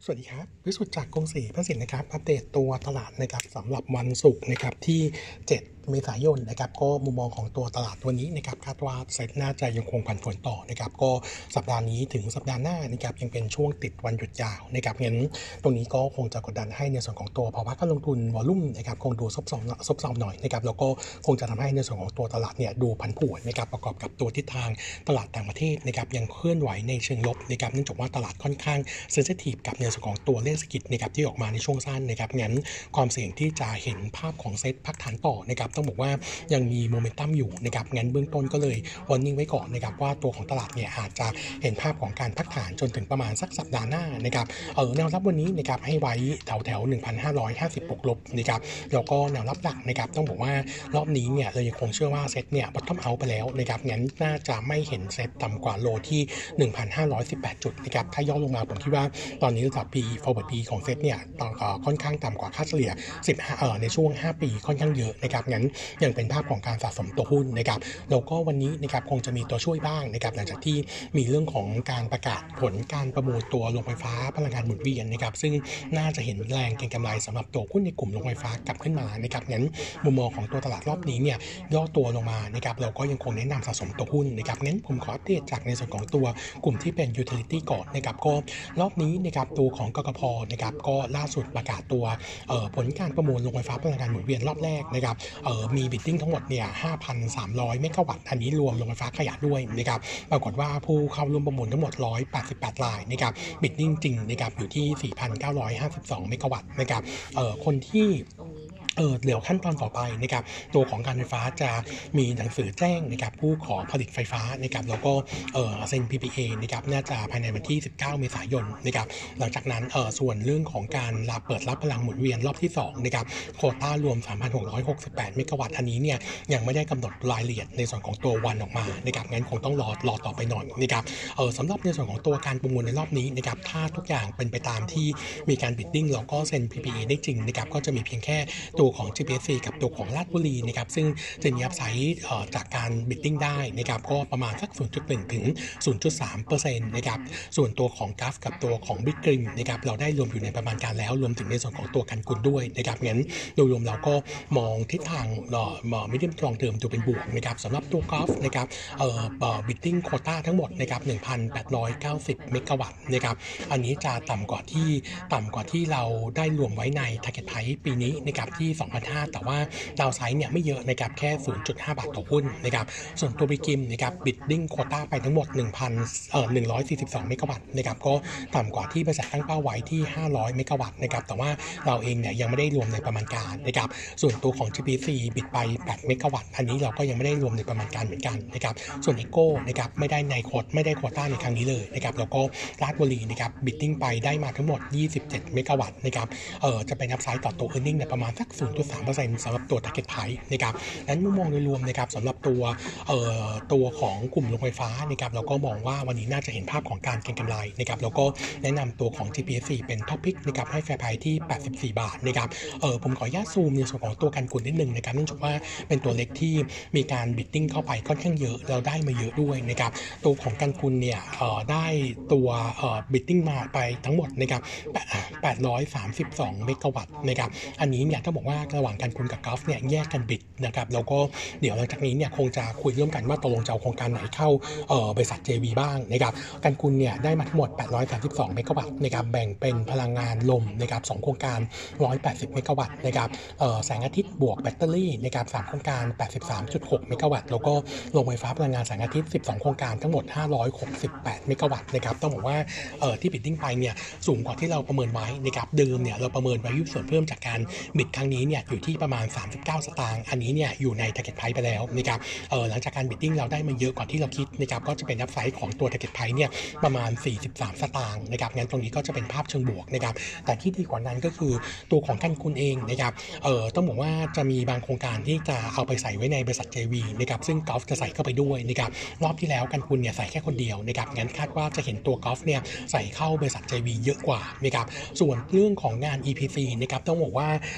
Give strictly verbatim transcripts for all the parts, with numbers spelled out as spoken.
สวัสดีครับวิสุทธิ์จากกรุงศรีพระสินนะครับอัปเดตตัวตลาดนะครับสำหรับวันศุกร์นะครับที่เจ็ดเมษายนนะครับก็มุมมองของตัวตลาดวันนี้นะครับคาดว่าเซ็ตน่าจะยังคงผันผวนต่อนะครับก็สัปดาห์นี้ถึงสัปดาห์หน้านะครับยังเป็นช่วงติดวันหยุดยาวนะครับงั้นตรงนี้ก็คงจะกดดันให้ในส่วนของตัวภาวะการลงทุนวอลุ่มนะครับคงดูซบเซาซบเซาหน่อยนะครับแล้วก็คงจะทำให้ในส่วนของตัวตลาดเนี่ยดูผันผวนนะครับประกอบกับตัวทิศทางตลาดต่างประเทศนะครับยังเคลื่อนไหวในเชิงลบนะครับเนื่องจากว่าตลาดค่อนข้างเซนซิทีฟกับในส่วนของตัวเลขเศรษฐกิจนะครับที่ออกมาในช่วงสั้นนะครับงั้นความเสี่ยงที่จะเห็นภาพของเซ็ตพักฐานต่อนะครับต้องบอกว่ายังมีโมเมนตัมอยู่นะครับงั้นเบื้องต้นก็เลยวอร์นิ่งไว้ก่อนนะครับว่าตัวของตลาดเนี่ยอาจจะเห็นภาพของการพักฐานจนถึงประมาณสักสัปดาห์หน้านะครับเออแนวรับวันนี้นะครับให้ไว้แถวแถวหนึ่งพันห้าร้อยห้าสิบบวกลบนะครับแล้วก็แนวรับหลักนะครับต้องบอกว่ารอบนี้เนี่ยเรายังคงเชื่อว่าเซ็ตเนี่ยบอททอมเอาท์ไปแล้วนะครับงั้นน่าจะไม่เห็นเซ็ตต่ำกว่าโลที่ หนึ่งพันห้าร้อยสิบแปด จุดนะครับถ้าย่อลงมาผมคิดว่าตอนนี้ระดับ พี forward พี ของเซ็ตเนี่ยค่อนข้างต่ำกว่าค่าเฉลี่ยสิบห้าเอ่อในช่วงห้าปีค่อนข้างเยอะนะครับงั้นยังเป็นภาพของการสะสมตัวหุ้นนะครับแล้วก็วันนี้นะครับคงจะมีตัวช่วยบ้างนะครับหลังจากที่มีเรื่องของการประกาศผลการประมูลตัวโรงไฟฟ้าพลังงานหมุนเวียนนะครับซึ่งน่าจะเห็นแรงเก็งกำไรสำหรับตัวหุ้นในกลุ่มโรงไฟฟ้ากลับขึ้นมานะครับงั้นมุมมองของตัวตลาดรอบนี้เนี่ยย่อตัวลงมานะครับเราก็ยังคงแนะนำสะสมตัวหุ้นนะครับงั้นผมขออัปเดตจากในส่วนของตัวกลุ่มที่เป็น utility ก่อนนะครับก็รอบนี้นะครับตัวของกกพ.นะครับก็ล่าสุดประกาศตัวผลการประมูลโรงไฟฟ้าพลังงานหมุนเวียนรอบแรกนะครับมีบิดดิ้งทั้งหมดเนี่ย ห้าพันสามร้อย เมกะวัตต์อันนี้รวมโรงไฟฟ้าขยะด้วยนะครับปรากฏว่าผู้เข้าร่วมประมูลทั้งหมดหนึ่งร้อยแปดสิบแปดรายนะครับบิดดิ้งจริงนะครับอยู่ที่ สี่พันเก้าร้อยห้าสิบสอง เมกะวัตต์นะครับคนที่เออเดี๋ยวขั้นตอนต่อไปนะครับตัวของการไฟฟ้าจะมีหนังสือแจ้งนะครับผู้ขอผลิตไฟฟ้านะครับแล้วก็เออเซ็น พี พี เอ นะครับน่าจะภายในวันที่สิบเก้าเมษายนนะครับหลังจากนั้นเออส่วนเรื่องของการรับเปิดรับพลังหมุนเวียนรอบที่สองนะครับโควต้ารวม สามพันหกร้อยหกสิบแปด เมกะวัตต์อันนี้เนี่ยยังไม่ได้กำหนดรายละเอียดในส่วนของตัววันออกมานะครับงั้นคงต้องรอรอต่อไปหน่อยนะครับเออสำหรับในส่วนของตัวการประมูลในรอบนี้นะครับถ้าทุกอย่างเป็นไปตามที่มีการบิดดิ้งแล้วก็เซ็น พี พี เอ ได้จริงนะครับก็จะมีเพียงแค่ตัวของ จี พี เอส ซี กับตัวของราชบุรีนะครับซึ่งจะมีอัพไซด์จากการบิดดิ้งได้นะครับก็ประมาณสัก ศูนย์จุดหนึ่ง ถึง ศูนย์จุดสาม เปอร์เซ็นต์ นะครับส่วนตัวของกัฟกับตัวของบิ๊กกริมนะครับเราได้รวมอยู่ในประมาณการแล้วรวมถึงในส่วนของตัวกันกุลด้วยนะครับงั้นโดยรวมเราก็มองทิศทางเอ่อมิดเดิมตรองเติมตัวเป็นบวกนะครับสำหรับตัวกัฟนะครับเอ่อบิดดิ้งโควต้าทั้งหมดนะครับ หนึ่งพันแปดร้อยเก้าสิบ เมกะวัตต์นะครับอันนี้จะต่ำกว่าที่ต่ำกว่าที่เราได้รวมไว้ใน target price ปีนี้นะครับที่ สองพันห้าร้อย แต่ว่าดาวไซด์เนี่ยไม่เยอะนะครับแค่ ศูนย์จุดห้า บาทต่อหุ้นนะครับส่วนตัวบิกิมนะครับบิดดิ้งโควต้าไปทั้งหมด หนึ่งพันเอ่อหนึ่งร้อยสี่สิบสอง เมกะวัตต์นะครับก็ต่ำกว่าที่บริษัทตั้งเป้าไว้ที่ห้าร้อยเมกะวัตต์นะครับแต่ว่าเราเองเนี่ยยังไม่ได้รวมในประมาณการนะครับส่วนตัวของ จี พี เอส ซี บิดไปแปดเมกะวัตต์อันนี้เราก็ยังไม่ได้รวมในประมาณการเหมือนกันนะครับส่วน Eco นะครับไม่ได้ในโควตไม่ได้โควต้าในครั้งนี้เลยนะครับแล้วก็ราชบุรีนะครับบิดดิ้งไปได้มาทั้งหมดยี่สิบเจ็ดเมกะวัตต์นะครับเอ่อจะเป็นอัพไซด์ต่อตัว earning เนี่ยประมาณสัก ศูนย์จุดสามเปอร์เซ็นต์ สำหรับตัว target price นะครับนั้นมุมมองโดยรวมนะครับสำหรับตัวเอ่อตัวของกลุ่มโรงไฟฟ้านะครับเราก็มองว่าวันนี้น่าจะเห็นภาพของการเก็งกำไรนะครับแล้วก็แนะนำตัวของ จี พี เอส ซี เป็น top pick นะครับให้ fair price ที่แปดสิบสี่บาทนะครับเออผมขออนุญาตซูมในส่วนของตัวกันกุลนิดนึงนะครับเนื่องจากว่าเป็นตัวเล็กที่มีการบิดดิ้งเข้าไปค่อนข้างเยอะเราได้มาเยอะด้วยนะครับตัวของกันกุลเนี่ยเอ่อได้ตัวเอ่อบิดดิ้งมาไปทั้งหมดนะครับแปดร้อยสามสิบสองเมกะวัตต์นะครับอันนี้เนี่ยถ้าบอกว่าระหว่างกันกุลกับกอล์ฟเนี่ยแยกกันบิดนะครับแล้วก็เดี๋ยวหลังจากนี้เนี่ยคงจะคุยร่วมกันว่าตกลงจะเอาโครงการไหนเข้าเอ่อบริษัท เจ วี บ้างนะครับกันกุลเนี่ยได้มาทั้งหมดแปดร้อยสามสิบสองเมกะวัตต์นะครับแบ่งเป็นพลังงานลมนะครับสองโครงการหนึ่งร้อยแปดสิบเมกะวัตต์นะครับเอ่อแสงอาทิตย์บวกแบตเตอรี่นะครับสามโครงการ แปดสิบสามจุดหก เมกะวัตต์แล้วก็โรงไฟฟ้าพลังงานแสงอาทิตย์สิบสองโครงการทั้งหมดห้าร้อยหกสิบแปดเมกะวัตต์นะครับต้องบอกว่าเอ่อที่บิดดิ้งไปเนี่ยสูงกว่าที่เราประเมินไว้นะครับเดิมเนี่ยเราประเมินไว้ส่วนเพิ่มจากการบิดครั้งนี้เนี่ยอยู่ที่ประมาณสามสิบเก้าสตางค์อันนี้เนี่ยอยู่ใน target price ไปแล้วนะครับเอ่อหลังจากการบิดดิ้งเราได้มาเยอะกว่าที่เราคิดนะครับก็จะเป็นอัพไซด์ของตัว target price เนี่ยประมาณสี่สิบสามสตางค์นะครับงั้นตรงนี้ก็จะเป็นภาพเชิงบวกนะครับแต่ที่ดีกว่านั้นก็คือตัวของกันกุลเองนะครับเอ่อต้องบอกว่าจะมีบางโครงการที่จะเอาไปใส่ไว้ในบริษัท เจ วี นะครับซึ่งกอล์ฟจะใส่เข้าไปด้วยนะครับรอบที่แล้วกันกุลเนี่ยใส่แค่คนเดียวนะครับงั้นคาดว่าจะเห็นตัวกอล์ฟเนี่ยใส่เข้าบริษัท เจ วี เยอะกว่านะครับส่วนเรื่องของงาน อี พี ซี นะครับต้องบอกว่าปกติ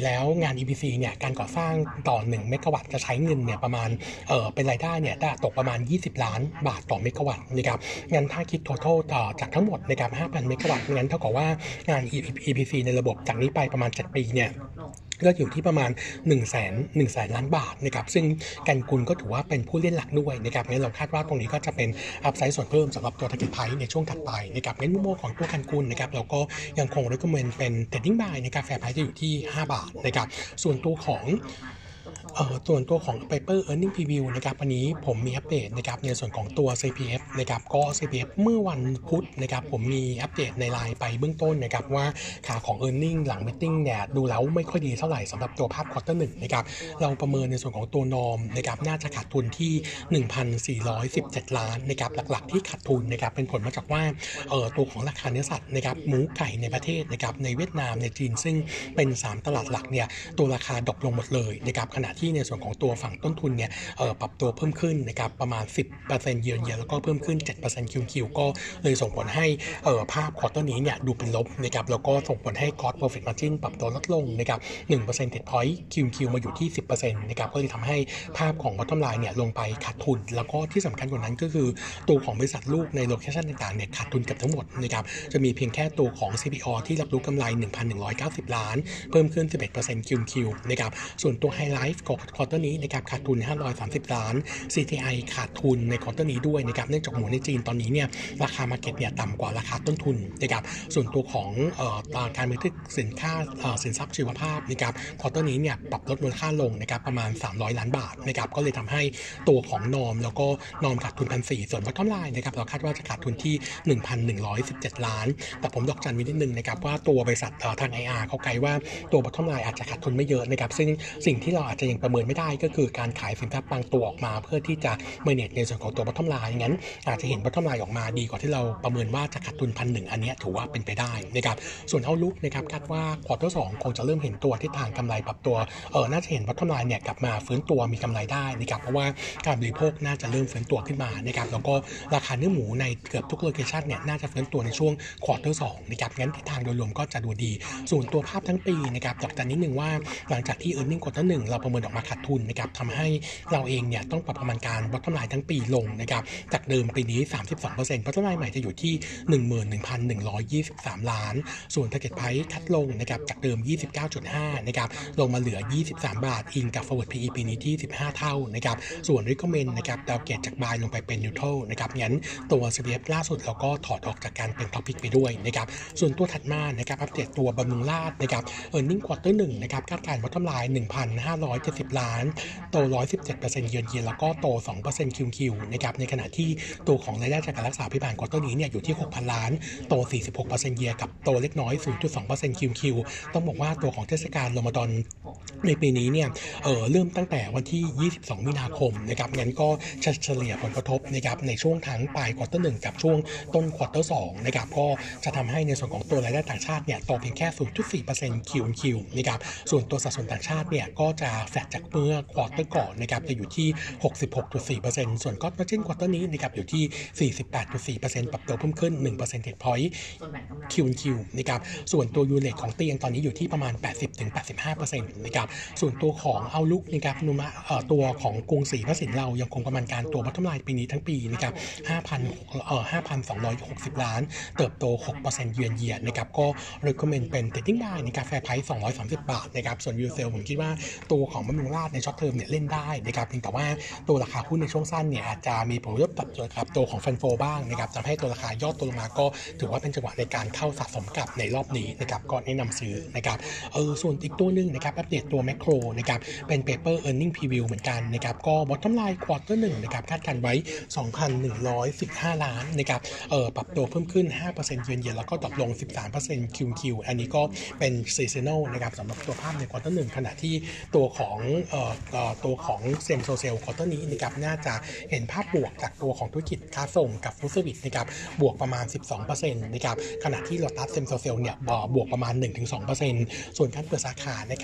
แล้วงาน อี พี ซี เนี่ยการก่อสร้างต่อหนึ่งเมกะวัตต์จะใช้เงินเนี่ยประมาณเอ่อเป็นรายได้เนี่ยตกประมาณยี่สิบล้านบาทต่อเมกะวัตต์นะครับงั้นถ้าคิด total ต่อจากทั้งหมดนะครับ ห้าพัน เมกะวัตต์งั้นเท่ากับว่างาน อี พี ซี ในระบบจากนี้ไปประมาณเจ็ดปีเนี่ยก็อยู่ที่ประมาณ หนึ่งแสน หนึ่งแสน ล้านบาทนะครับซึ่งกันกุลก็ถือว่าเป็นผู้เล่นหลักด้วยนะครับงั้นเราคาดว่าตรงนี้ก็จะเป็นอัพไซด์ส่วนเพิ่มสำหรับตัว Target Price ในช่วงถัดไปนะครับงั้นมุมมองของตัวกันกุลนะครับเราก็ยังคง recommend เป็น Trading Buy นะครับ Fair Price จะอยู่ที่ห้าบาทนะครับส่วนตัวของเอ่อส่วนตัวของ Paper Earning Preview นะครับวันนี้ผมมีอัปเดตนะครับในส่วนของตัว ซี พี เอฟ นะครับก็ ซี พี เอฟ เมื่อวันพุธนะครับผมมีอัปเดตในไลน์ไปเบื้องต้นนะครับว่าขาของ Earning หลัง Meeting เนี่ยดูแล้วไม่ค่อยดีเท่าไหร่สำหรับตัวภาพควอเตอร์หนึ่งนะครับเราประเมินในส่วนของตัวนอมนะครับน่าจะขาดทุนที่ หนึ่งพันสี่ร้อยสิบเจ็ด ล้านนะครับหลักๆที่ขาดทุนนะครับเป็นผลมาจากว่าเอ่อตัวของราคาเนื้อสัตว์นะครับหมูไก่ในประเทศนะครับในเวียดนามในจีนซึ่งเป็นสามตลาดหลักเนี่ยตัวราคาดรอปลงหมดเลยนะครับขณะที่ในส่วนของตัวฝั่งต้นทุนเนี่ยเอ่อปรับตัวเพิ่มขึ้นนะครับประมาณ สิบเปอร์เซ็นต์ เยือนเยียแล้วก็เพิ่มขึ้น เจ็ดเปอร์เซ็นต์ คิว คิว ก็เลยส่งผลให้เอ่อภาพควอเตอร์นี้เนี่ยดูเป็นลบนะครับแล้วก็ส่งผลให้ Cost Profit Margin ปรับตัวลดลงนะครับหนึ่ง percentage point คิว คิว มาอยู่ที่ สิบเปอร์เซ็นต์ นะครับก็เลยทำให้ภาพของ Bottom Line เนี่ยลงไปขาดทุนแล้วก็ที่สำคัญกว่านั้นก็คือตัวของบริษัทลูกในโลเคชั่นต่างๆเนี่ยขาดทุนเกือบทั้งหมดนะครับจะมีเพียงแค่ตัวของ ซี พี โอ ที่รับรู้กำไร หนึ่งพันหนึ่งร้อยเก้าสิบ ล้านเพิ่มขึ้น สิบเอ็ดเปอร์เซ็นต์ คิว คิว นะครับส่วนตัว High Life ของควอเตอร์นี้นะครับขาดทุนห้าร้อยสามสิบ ล้าน ซี ที ไอ ขาดทุนในควอเตอร์นี้ด้วยนะครับเนื่องจากหมูในจีนตอนนี้เนี่ยราคา Market เนี่ยต่ำกว่าราคาต้นทุนนะครับส่วนตัวของเอ่อการบันทึกสินค้าเอ่อสินทรัพย์ชีวภาพนะครับควอเตอร์นี้เนี่ยปรับลดมูลค่าลงนะครับประมาณสามร้อยล้านบาทนะครับก็เลยทำให้ตัวของนอมแล้วก็นอมขาดทุน หนึ่งพันสี่ร้อย ส่วน Bottom Line นะครับเราคาดว่าจะขาดทุนที่ หนึ่งพันหนึ่งร้อยสิบเจ็ด ล้านแต่ผมดอกจันไว้นิดนึงนะครับว่าตัวบริษัททาง ไอ อาร์ เขาไกด์ว่าตัว Bottom Line อาจจะขาดทุนไม่เยอะนะครับซึ่งสิ่งที่เราอาจจะยังประเมินไม่ได้ก็คือการขายสินทรัพย์บางตัวออกมาเพื่อที่จะ manage ในส่วนของตัว Bottom Line งั้นอาจจะเห็น Bottom Line ออกมาดีกว่าที่เราประเมินว่าจะขาดทุน หนึ่งพันหนึ่งร้อย อันนี้ถือว่าเป็นไปได้นะครับส่วน Outlook นะครับคาดว่าควอเตอร์สองคงจะเริ่มเห็นตัวทิศทางกำไรปรับตัวเออน่าจะเห็น Bottom Line เนี่ยกลับมาฟื้นตัวมีกำไรได้นะครับเพราะว่าการบริโภคน่าจะเริ่มฟื้นตัวขึ้นมานะครับแล้วก็ราคาเนื้อหมูในเกือบทุกโลเคชันเนี่ยน่าจะฟื้นตัวในช่วงควอเตอร์สองนะครับงั้นทิศทางโดยรวมก็จะดูดีส่วนตัวภาพทั้งปีนะครับดอกจันนิดนึงว่าหลังจากที่ Earning Quarter หนึ่งเราประเมินออกมาขาดทุนนะครับทำให้เราเองเนี่ยต้องปรับประมาณการ Bottom Line ทั้งปีลงนะครับจากเดิมปีนี้ สามสิบสองเปอร์เซ็นต์ Bottom Line ใหม่จะอยู่ที่ หนึ่งหมื่นหนึ่งพันหนึ่งร้อยยี่สิบสาม ล้านส่วน Target Price คัดลงนะครับจากเดิม ยี่สิบเก้าจุดห้า นะครับลงมาเหลือยี่สิบสามบาทอิงกับ Forward พี อี ปีนี้ที่สิบห้าเท่านะครับส่วน Recommend นะครับดาวเกตจาก Buy ลงไปเป็น Neutral นะครับงั้นตัว ซี พี เอฟ ล่าสุดเราก็ถอดออกจากการเป็น Topic ไปด้วยนะครับส่วนตัวถัดมานะครับอัปเดตตัวบำรุงราษฎร์นะครับ Earning Quarter หนึ่งนะครับคาดการณ์ Bottom Line หนึ่งพันห้าร้อยเจ็ดสิบ ล้านโต หนึ่งร้อยสิบเจ็ดเปอร์เซ็นต์ เยือนเยียแล้วก็โต สองเปอร์เซ็นต์ คิว คิว นะครับในขณะที่ตัวของรายได้จากการรักษาพยาบาลควอเตอร์นี้เนี่ยอยู่ที่ หกพัน ล้านโต สี่สิบหกเปอร์เซ็นต์ เยียกับโตเล็กน้อย ศูนย์จุดสองเปอร์เซ็นต์ คิว คิว ต้องบอกว่าตัวของเทศกาลรอมฎอนในปีนี้เนี่ยเอ่อเริ่มตั้งแต่วันที่ยี่สิบสองมีนาคมนะครับงั้นก็เฉลี่ยผลกระทบนะครับในช่วงทั้งปลายควอเตอร์หนึ่งกับช่วงต้นควอเตอร์สองนะครับก็จะทำให้ในส่วนของตัวรายได้ต่างชาติเนี่ยโตเพียงแค่ ศูนย์จุดสี่เปอร์เซ็นต์ คิว คิว นะครับส่วนตัวสัดส่วนต่างชาติเนี่ยก็จะแฟลตจากเมื่อควอเตอร์ก่อนนะครับจะอยู่ที่ หกสิบหกจุดสี่เปอร์เซ็นต์ ส่วน Cost Margin ควอเตอร์นี้นะครับอยู่ที่ สี่สิบแปดจุดสี่เปอร์เซ็นต์ ปรับตัวเพิ่มขึ้น หนึ่ง percentage point คิว คิว นะครับส่วนตัวยูนิตของเตียงตอนนี้อยู่ที่ประมาณ แปดสิบถึงแปดสิบห้าเปอร์เซ็นต์ นะครับส่วนตัวของ Outlook นะครับนุมะเอ่อตัวของกรุงศรีพระสินเรายังคงประมาณการตัว Bottom Line ปีนี้ทั้งปีนะครับห้าพันเอ่อ ห้าพันสองร้อยหกสิบ ล้านเติบโต หกเปอร์เซ็นต์ เยือนเยียนะครับก็ recommend เป็น Trading Buy นะครับ Fair Price สองร้อยสามสิบบาทนะครับส่วน Yield Sale ผมคิดว่าตัวของบำรุงราษฎร์ในช็อตเทอมเนี่ยเล่นได้นะครับเพียงแต่ว่าตัวราคาหุ้นในช่วงสั้นเนี่ยอาจจะมีผลกระทบกับตัวครับตัวของฟันโฟบ้างนะครับทำให้ตัวราคาย่อตัวลงมาก็ถือว่าเป็นจังหวะในการเข้าสะสมกลับในรอบนี้นะครับก็แนะนำซื้อนะครับเออส่วนอีกตัวนึงนะครับอัปเดตตัวแมคโครนะครับเป็น Paper Earning Preview เหมือนกันนะครับก็ Bottom Line Quarter หนึ่งนะครับคาดการไว้ สองพันหนึ่งร้อยสิบห้า ล้านนะครับเออปรับตัวเพิ่มขึ้น ห้าเปอร์เซ็นต์ เยือนเยียแล้วก็ดรอปลง สิบสามเปอร์เซ็นต์ คิว คิว อันนี้ก็เป็น Seasonal นะครับสำหรับตัวภาพใน Quarter หนึ่งขณะที่ตัวของเอ่อตัวของเซมโซเซล Quarter นี้นะครับน่าจะเห็นภาพบวกจากตัวของธุรกิจค้าส่งกับฟู้ดเซอร์วิสนะครับบวกประมาณ สิบสองเปอร์เซ็นต์ นะครับขณะที่ Lotus Stem Cell เนี่ยบวกประมาณ หนึ่งถึงสองเปอร์เซ็นต์ ส่วนการเปิดสาขานะครับแมคโคร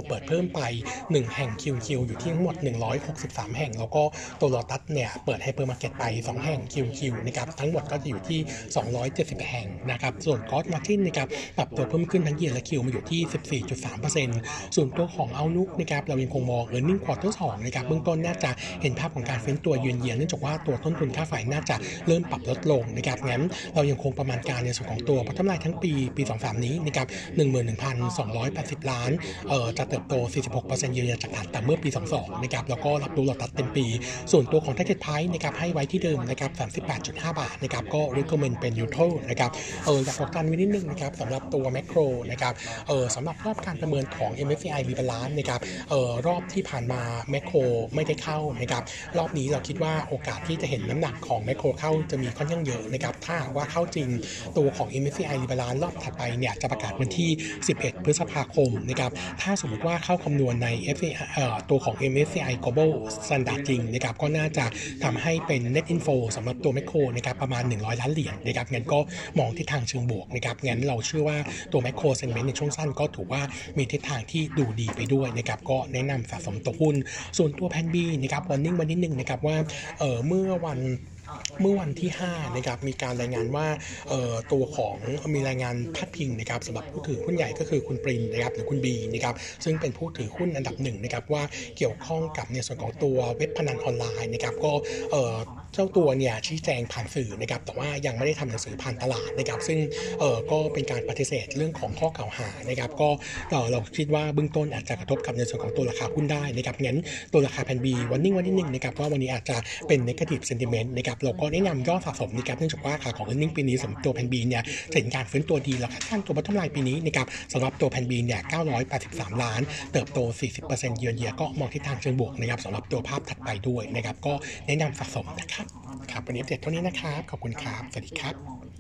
เปิดเพิ่มไปหนึ่งแห่ง คิว คิว อยู่ที่ทั้งหมดหนึ่งร้อยหกสิบสามแห่งแล้วก็ตัว Lotus เนี่ยเปิดไฮเปอร์มาร์เก็ตไปสองแห่ง คิว คิว นะครับทั้งหมดก็จะอยู่ที่สองร้อยเจ็ดสิบแห่งนะครับส่วน Gross Margin นะครับปรับตัวเพิ่มขึ้นทั้ง Year และ Q มาอยู่ที่ สิบสี่จุดสามเปอร์เซ็นต์ ส่วนตัวของ Outlook นะครับเรายังคงมอง Earning Quarter สองนะครับเบื้องต้นน่าจะเห็นภาพของการฟื้นตัวเยือนเยียเนื่องจากว่าตัวต้นทุนค่าไฟน่าจะเริ่มปรับลดลงนะครับงั้นเรายังคงประมาณการในส่วนของตัว Bottom Line ทั้งปีปีสองพันยี่สิบสามนี้นะครับ หนึ่งหมื่นหนึ่งพันสองร้อยแปดสิบ ล้านเอ่อจะเติบโต สี่สิบหกเปอร์เซ็นต์ เยียร์จากฐานต่ำเมื่อปีสองพันยี่สิบสองนะครับแล้วก็รับรู้ Lotus เต็มปีส่วนตัวของ Target Price นะครับให้ไว้ที่เดิมนะครับ สามสิบแปดจุดห้า บาทนะครับก็ Recommend เป็น Neutral นะครับเอออยากบอกกันไว้นิดนึงนะครับสำหรับตัว Macro นะครับเออสำหรับรอบการประเมินของ เอ็ม เอส ซี ไอ Rebalance นะครับเออรอบที่ผ่านมา Macro ไม่ได้เข้านะครับรอบนี้เราคิดว่าโอกาสที่จะเห็นน้ำหนักของ Macro เข้าจะมีค่อนข้างเยอะนะครับถ้าว่าเข้าจริงตัวของ เอ็ม เอส ซี ไอ Rebalance รอบถัดไปเนี่ยจะประกาศวันที่สิบเอ็ดพฤษภาคมนะครับถ้าสมมติว่าเข้าคำนวณใน เอฟ ซี ไอ เอ่อตัวของ เอ็ม เอส ซี ไอ Global Standard จริงนะครับก็น่าจะทำให้เป็น Net Inflow สำหรับตัว Macro นะครับประมาณหนึ่งร้อยล้านเหรียญนะครับงั้นก็มองทิศทางเชิงบวกนะครับงั้นเราเชื่อว่าตัว Macro Sentiment ในช่วงสั้นก็ถือว่ามีทิศทางที่ดูดีไปด้วยนะครับก็แนะนำสะสมตัวหุ้นส่วนตัวแพน B นะครับ warning มานิดนึงนะครับว่าเอ่อเมื่อวันเมื่อวันที่ห้านะครับมีการรายงานว่าเอ่อตัวของมีรายงานพาดพิงนะครับสำหรับผู้ถือหุ้นใหญ่ก็คือคุณปรินนะครับหรือคุณบีนะครับซึ่งเป็นผู้ถือหุ้นอันดับหนึ่งนะครับว่าเกี่ยวข้องกับในส่วนของตัวเว็บพนันออนไลน์นะครับก็เอ่อเจ้าตัวเนี่ยชี้แจงผ่านสื่อนะครับแต่ว่ายังไม่ได้ทำหนังสือผ่านตลาดนะครับซึ่งเอ่อก็เป็นการปฏิเสธเรื่องของข้อกล่าวหานะครับก็เอ่อเราคิดว่าเบื้องต้นอาจจะกระทบกับในส่วนของตัวราคาหุ้นได้นะครับงั้นตัวราคาแพน B วันนิ่งวันนิดนึงนะครับว่าวันนี้อาจจะเป็น negative sentiment นะครับเราก็แนะนำย่อสะสมนะครับเนื่องจากว่าขาของ earning ปีนี้สำหรับตัวแพน B เนี่ยจะเห็นการฟื้นตัวดีแล้วคาดการณ์ตัว bottom line ปีนี้นะครับสำหรับตัวแพน B เนี่ยเก้าร้อยแปดสิบสามล้านเติบโต สี่สิบเปอร์เซ็นต์ เยือนเยียก็มองทิศทางเชิงบวกนะครับสำหรับตัวภาพถัดไปด้วยนะครับก็แนะนำสะสมนะครับครับวันนี้อัปเดตเท่านี้นะครับขอบคุณครับสวัสดีครับ